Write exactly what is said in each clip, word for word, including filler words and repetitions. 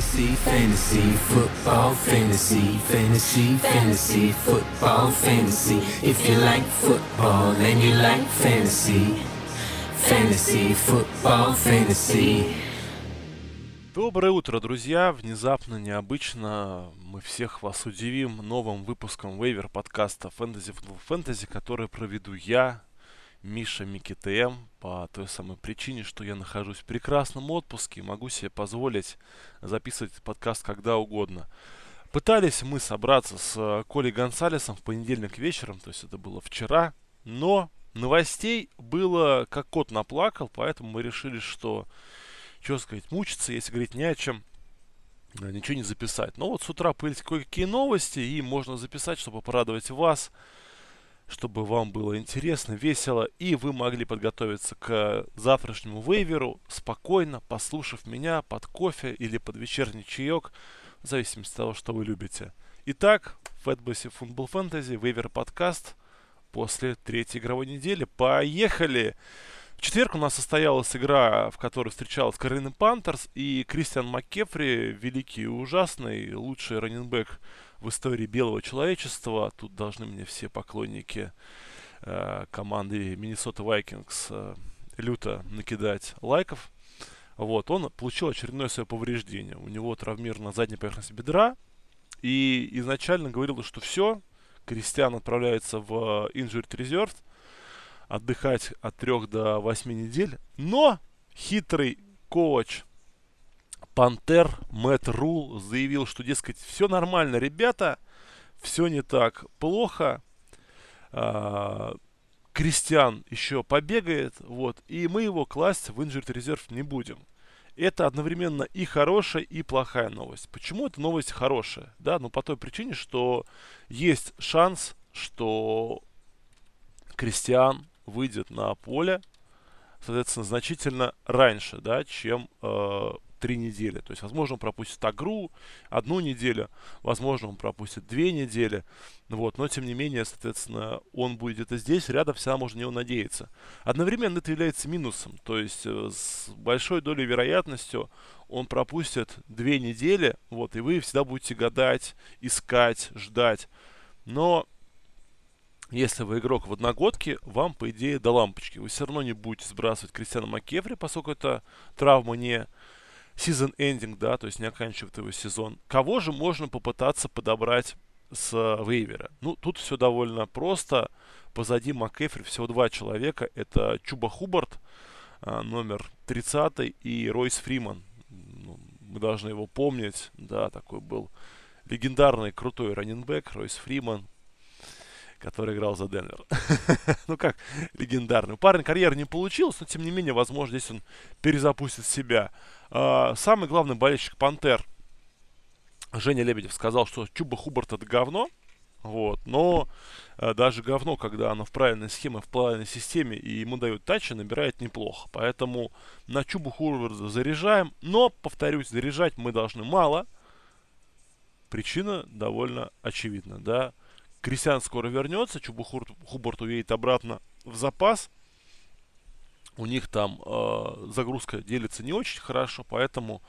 Fantasy, fantasy, football, fantasy, fantasy, fantasy, football, fantasy. If you like football and you like fantasy, fantasy, football, fantasy. Доброе утро, друзья! Внезапно, необычно мы всех вас удивим новым выпуском вейвер подкаста Fantasy Football Fantasy, который проведу я, Миша МикиТМ, по той самой причине, что я нахожусь в прекрасном отпуске и могу себе позволить записывать подкаст когда угодно. Пытались мы собраться с Колей Гонсалесом в понедельник вечером, то есть это было вчера, но новостей было как кот наплакал, поэтому мы решили, что, что сказать, мучиться, если говорить не о чем, ничего не записать. Но вот с утра появились кое-какие новости, и можно записать, чтобы порадовать вас, чтобы вам было интересно, весело, и вы могли подготовиться к завтрашнему вейверу спокойно, послушав меня под кофе или под вечерний чаек, в зависимости от того, что вы любите. Итак, Fantasy Football Fantasy, вейвер подкаст после третьей игровой недели. Поехали! В четверг у нас состоялась игра, в которой встречалась Каролина Пантерс, и Кристиан МакКефри, великий и ужасный, лучший раннинбэк в истории белого человечества. Тут должны мне все поклонники э, команды Миннесота Вайкингс э, люто накидать лайков. Вот, он получил очередное свое повреждение. У него травмирована задняя поверхность бедра, и изначально говорилось, что все, Кристиан отправляется в Injured Reserve, отдыхать от трех до восьми недель. Но хитрый коуч Пантер Мэтт Рул заявил, что, дескать, все нормально, ребята, все не так плохо. А, Кристиан еще побегает, вот, и мы его класть в Injured Reserve не будем. Это одновременно и хорошая, и плохая новость. Почему эта новость хорошая? Да, ну по той причине, что есть шанс, что Кристиан выйдет на поле, соответственно, значительно раньше, да, чем э, три недели. То есть, возможно, он пропустит игру одну неделю, возможно, он пропустит две недели. Вот, но, тем не менее, соответственно, он будет где-то здесь, рядом, всегда можно на него надеяться. Одновременно это является минусом. То есть, э, с большой долей вероятностью он пропустит две недели, вот, и вы всегда будете гадать, искать, ждать. Но если вы игрок в одногодке, вам, по идее, до лампочки. Вы все равно не будете сбрасывать Кристиана МакКефри, поскольку это травма не season ending, да, то есть не оканчивает его сезон. Кого же можно попытаться подобрать с вейвера? Ну, тут все довольно просто. Позади МакКефри всего два человека. Это Чуба Хубарт, номер тридцатый, и Ройс Фриман. Ну, мы должны его помнить. Да, такой был легендарный крутой раннинбэк Ройс Фриман, который играл за Денвер. Ну как, легендарный. У парня карьеры не получилось, но тем не менее, возможно, здесь он перезапустит себя. А, самый главный болельщик Пантер, Женя Лебедев, сказал, что Чуба Хубарт это говно. Вот, но а, даже говно, когда оно в правильной схеме, в правильной системе, и ему дают тачи, набирает неплохо. Поэтому на Чубу Хубарта заряжаем. Но, повторюсь, заряжать мы должны мало. Причина довольно очевидна, да. Кристиан скоро вернется, Чуба Хубарт уедет обратно в запас. У них там э, загрузка делится не очень хорошо, поэтому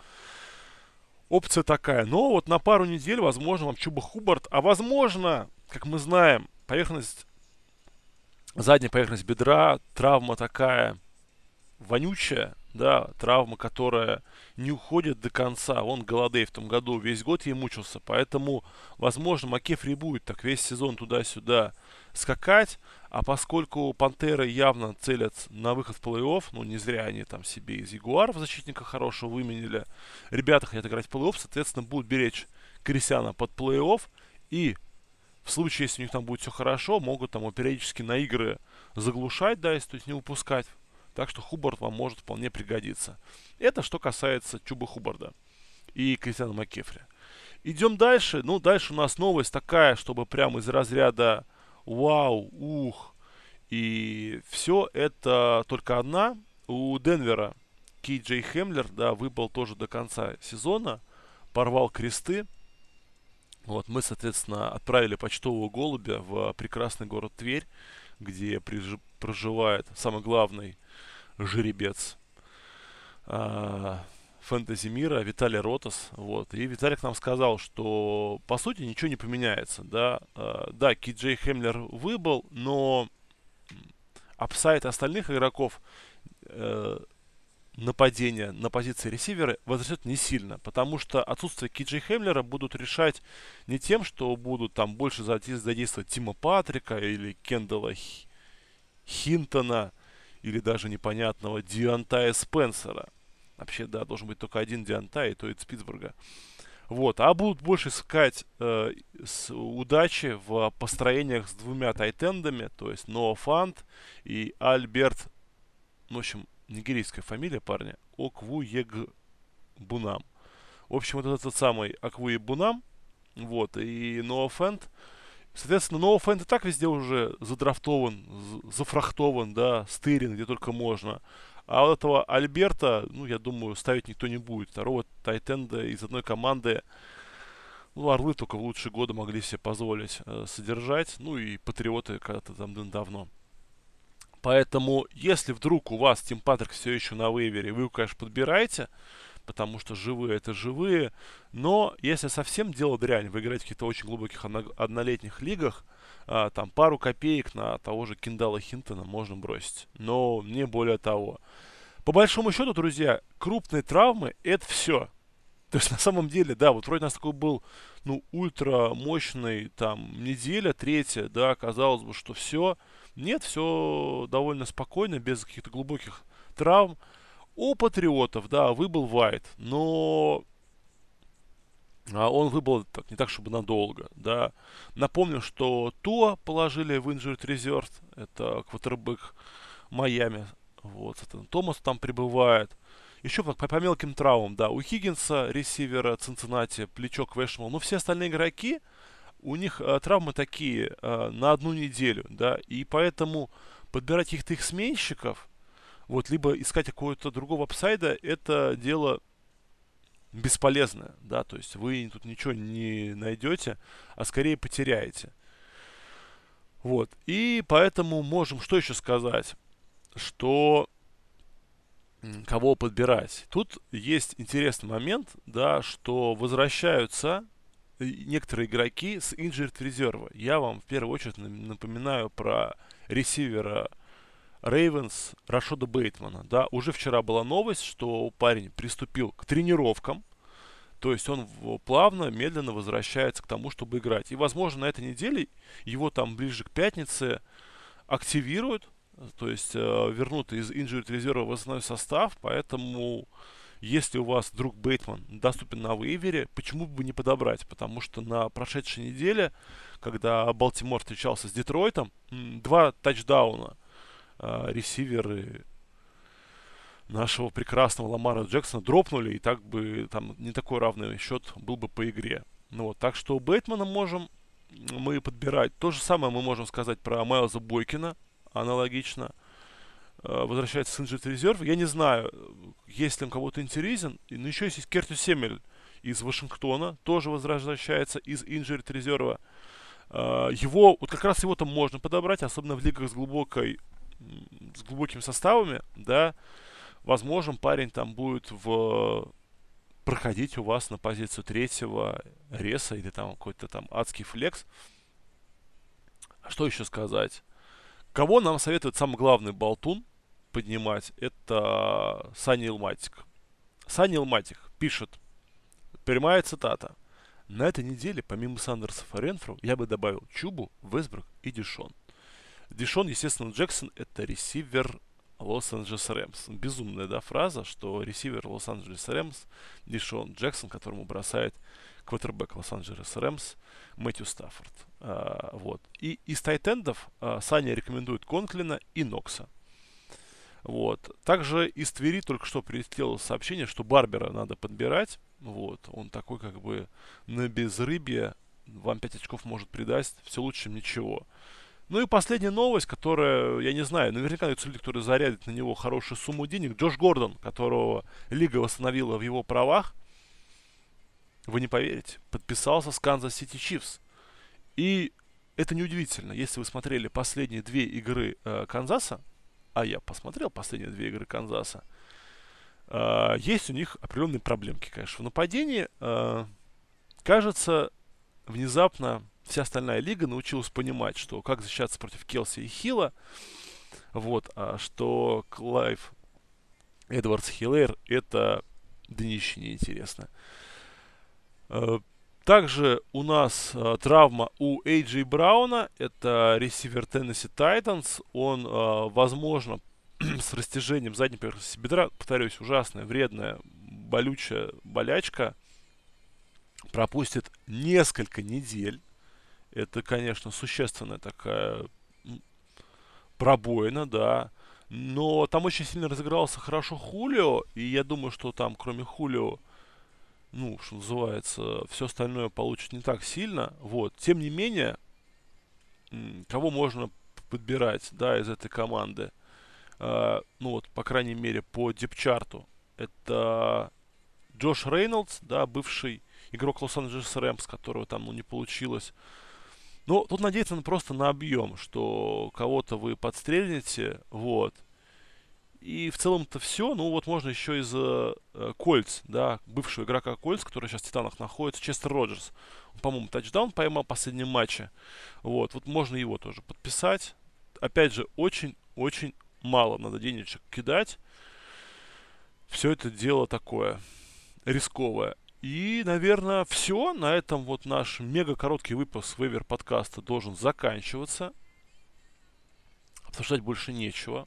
опция такая. Но вот на пару недель, возможно, вам Чуба Хубарт, а возможно, как мы знаем, поверхность, задняя поверхность бедра, травма такая вонючая, да, травма, которая не уходит до конца. Он Голодей в том году весь год ей мучился, поэтому, возможно, МакКефри будет так весь сезон туда-сюда скакать, а поскольку Пантеры явно целят на выход в плей-офф, ну, не зря они там себе из Ягуаров защитника хорошего выменили, ребята хотят играть в плей-офф, соответственно, будут беречь Кристиана под плей-офф, и в случае, если у них там будет все хорошо, могут там его периодически на игры заглушать, да, если то есть не выпускать. Так что Хубарт вам может вполне пригодиться. Это что касается Чубы Хубарда и Кристиана МакКефри. Идем дальше. Ну, дальше у нас новость такая, чтобы прямо из разряда вау, ух. И все это только одна. У Денвера Кей Джей Хемлер, да, выпал тоже до конца сезона. Порвал кресты. Вот, мы, соответственно, отправили почтового голубя в прекрасный город Тверь, где приж- проживает самый главный жеребец а, фэнтези мира Виталий Ротас. Вот. И Виталик нам сказал, что по сути ничего не поменяется. Да, э, да, Кей-Джей Хемлер выбыл, но апсайд остальных игроков э, нападения на позиции ресивера возрастет не сильно, потому что отсутствие Кей-Джей Хемлера будут решать не тем, что будут там больше задействовать Тима Патрика или Кендала Хинтона или даже непонятного Дионтая Спенсера. Вообще, да, должен быть только один Дионтай, и то из Питтсбурга. Вот. А будут больше искать э, с удачи в построениях с двумя тайтендами, то есть Ноа Фант и Альберт, ну, в общем, нигерийская фамилия парня, Оквуегбунам. В общем, вот этот самый Оквуегбунам, вот, и Ноа Фант. Соответственно, Ноа Фант и так везде уже задрафтован, зафрахтован, да, стырен, где только можно. А вот этого Альберта, ну, я думаю, ставить никто не будет. Второго тайтенда из одной команды, ну, Орлы только в лучшие годы могли себе позволить э, содержать. Ну, и Патриоты когда-то там давно. Поэтому, если вдруг у вас Тим Патрик все еще на вейвере, вы, конечно, подбираете, потому что живые это живые. Но если совсем дело дрянь, вы играете в каких-то очень глубоких однолетних лигах, а, там пару копеек на того же Кендала Хинтона можно бросить. Но не более того. По большому счету, друзья, крупные травмы это все. То есть на самом деле, да, вот вроде у нас такой был, ну, ультра мощный, там, неделя, третья, да, казалось бы, что все. Нет, все довольно спокойно, без каких-то глубоких травм. У Патриотов, да, выбыл Вайт, но а он выбыл так, не так, чтобы надолго, да. Напомню, что Туа положили в Injured Reserve, это квотербэк Майами, вот, соответственно, Томас там прибывает. Еще по, по мелким травмам, да, у Хиггинса, ресивера Цинциннати, плечо Квешмал, но все остальные игроки, у них а, травмы такие а, на одну неделю, да, и поэтому подбирать каких-то их сменщиков, вот, либо искать какого-то другого апсайда, это дело бесполезное, да, то есть вы тут ничего не найдете, а скорее потеряете. Вот, и поэтому можем что еще сказать, что кого подбирать. Тут есть интересный момент, да, что возвращаются некоторые игроки с injured резерва. Я вам в первую очередь напоминаю про ресивера Рейвенс Рашода Бейтмана. Да, уже вчера была новость, что парень приступил к тренировкам, то есть он плавно, медленно возвращается к тому, чтобы играть. И, возможно, на этой неделе его там ближе к пятнице активируют, то есть э, вернут из injured резерва в основной состав, поэтому если у вас друг Бейтман доступен на вейвере, почему бы не подобрать? Потому что на прошедшей неделе, когда Балтимор встречался с Детройтом, два тачдауна э, ресиверы нашего прекрасного Ламара Джексона дропнули, и так бы там не такой равный счет был бы по игре. Ну вот, так что Бейтмана можем мы подбирать. То же самое мы можем сказать про Майлза Бойкина, аналогично. Э, возвращается с injured reserve. Я не знаю, есть ли он кого-то интересен. Но еще есть Кертис Семель из Вашингтона, тоже возвращается из injured reserve. Э, его, вот как раз его там можно подобрать, особенно в лигах с глубокой, с глубокими составами, да. Возможно, парень там будет в... проходить у вас на позицию третьего реса или там какой-то там адский флекс. А что еще сказать? Кого нам советует самый главный болтун поднимать? Это Санни Илматик. Санни Илматик пишет, прямая цитата: на этой неделе, помимо Сандерсов и Ренфру, я бы добавил Чубу, Вестбрук и Дишон. Дишон, естественно, Джексон — это ресивер Лос-Анджелес Рэмс. Безумная, да, фраза, что ресивер Лос-Анджелес Рэмс Дишон Джексон, которому бросает квотербек Лос-Анджелес Рэмс Мэтью Стаффорд. А, вот. И из тайтендов а, Саня рекомендует Конклина и Нокса. Вот. Также из Твери только что прилетело сообщение, что Барбера надо подбирать. Вот. Он такой как бы на безрыбье вам пять очков может придать. Все лучше, чем ничего. Ну и последняя новость, которая, я не знаю, наверняка найдутся люди, которые зарядят на него хорошую сумму денег. Джош Гордон, которого лига восстановила в его правах, вы не поверите, подписался с Канзас Сити Чифс. И это неудивительно, если вы смотрели последние две игры э, Канзаса, а я посмотрел последние две игры Канзаса, э, есть у них определенные проблемки, конечно. В нападении, э, кажется, внезапно вся остальная лига научилась понимать, что как защищаться против Келси и Хилла, вот, а что Клайв Эдвардс-Хиллер это днище неинтересно. Э, Также у нас э, травма у Эй Джей Брауна, это ресивер Теннесси Тайтанс. Он, э, возможно, с растяжением задней поверхности бедра, повторюсь, ужасная, вредная, болючая болячка, пропустит несколько недель. Это, конечно, существенная такая пробоина, да. Но там очень сильно разыгрался хорошо Хулио, и я думаю, что там, кроме Хулио, ну, что называется, все остальное получит не так сильно. Вот. Тем не менее, кого можно подбирать, да, из этой команды, э, ну вот, по крайней мере, по депчарту, это Джош Рейнольдс, да, бывший игрок Лос-Анджелес Рэмс, которого там, ну, не получилось. Ну, тут надеяться на, просто на объем, что кого-то вы подстрелите, вот. И в целом-то все. Ну, вот можно еще из э, Кольц, да, бывшего игрока Кольц, который сейчас в Титанах находится, Честер Роджерс. Он, по-моему, тачдаун поймал в последнем матче. Вот, вот можно его тоже подписать. Опять же, очень-очень мало надо денежек кидать. Все это дело такое рисковое. И, наверное, все. На этом вот наш мега короткий выпуск Вейвер подкаста должен заканчиваться. Обсуждать больше нечего.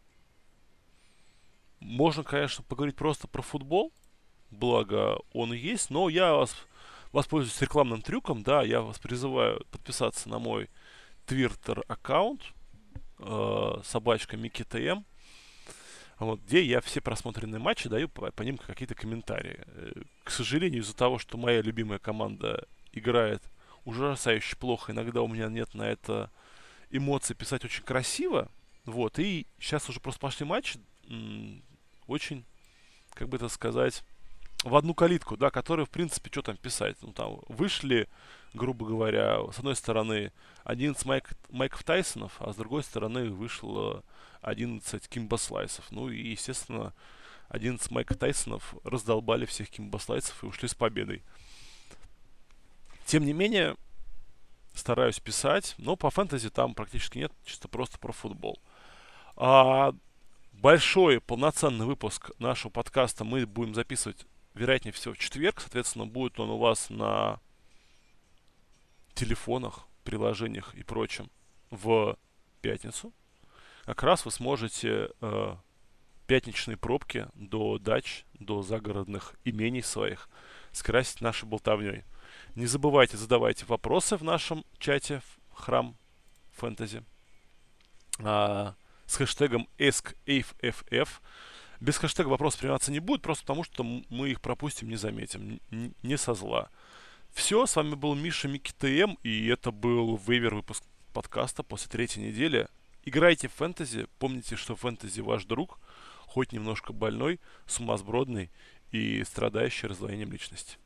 Можно, конечно, поговорить просто про футбол, благо он и есть, но я вас воспользуюсь рекламным трюком, да, я вас призываю подписаться на мой твиттер-аккаунт, э, собачка MikiTM, вот, где я все просмотренные матчи даю по, по ним какие-то комментарии. К сожалению, из-за того, что моя любимая команда играет ужасающе плохо, иногда у меня нет на это эмоций писать очень красиво, вот, и сейчас уже просто пошли матчи, м- очень, как бы это сказать, в одну калитку, да, которые, в принципе, что там писать. Ну, там, вышли, грубо говоря, с одной стороны, одиннадцать Майк, Майков Тайсонов, а с другой стороны вышло одиннадцать Кимба Слайсов. Ну, и, естественно, одиннадцать Майков Тайсонов раздолбали всех Кимба Слайсов и ушли с победой. Тем не менее, стараюсь писать, но по фэнтези там практически нет, чисто просто про футбол. А большой полноценный выпуск нашего подкаста мы будем записывать, вероятнее всего, в четверг. Соответственно, будет он у вас на телефонах, приложениях и прочем в пятницу. Как раз вы сможете э, пятничные пробки до дач, до загородных имений своих скрасить нашей болтовней. Не забывайте, задавайте вопросы в нашем чате Храм Фэнтези. А, с хэштегом AskAFFF. Без хэштега вопросы приниматься не будет, просто потому что мы их пропустим, не заметим, н- не со зла. Все, с вами был Миша MikiTM, и это был Вейвер выпуск подкаста после третьей недели. Играйте в фэнтези, помните, что фэнтези ваш друг, хоть немножко больной, сумасбродный и страдающий раздвоением личности.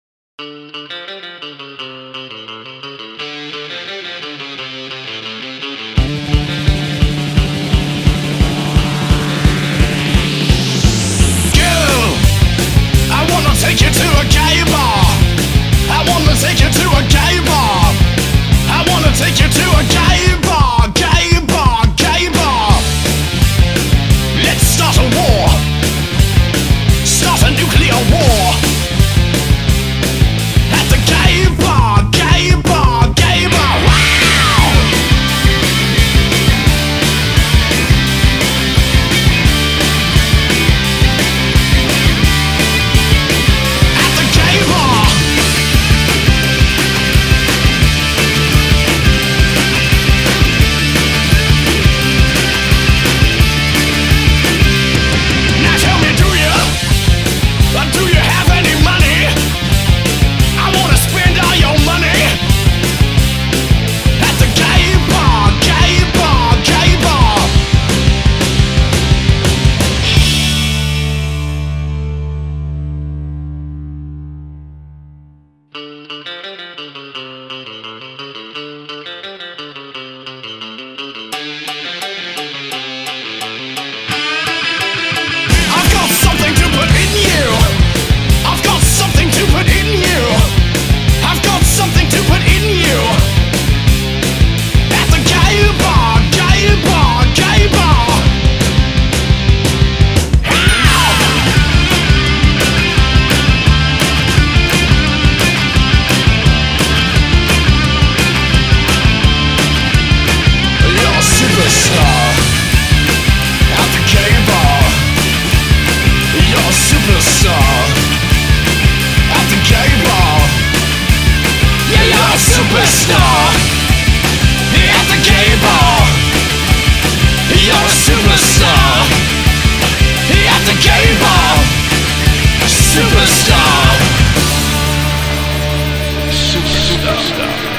Take you to a gay bar. I wanna take you to a gay bar. I wanna take you to a gay bar, gay bar, gay bar. Let's start a war. Start a nuclear war. At the gay bar, gay Superstar at the gay bar. Superstar. Superstar.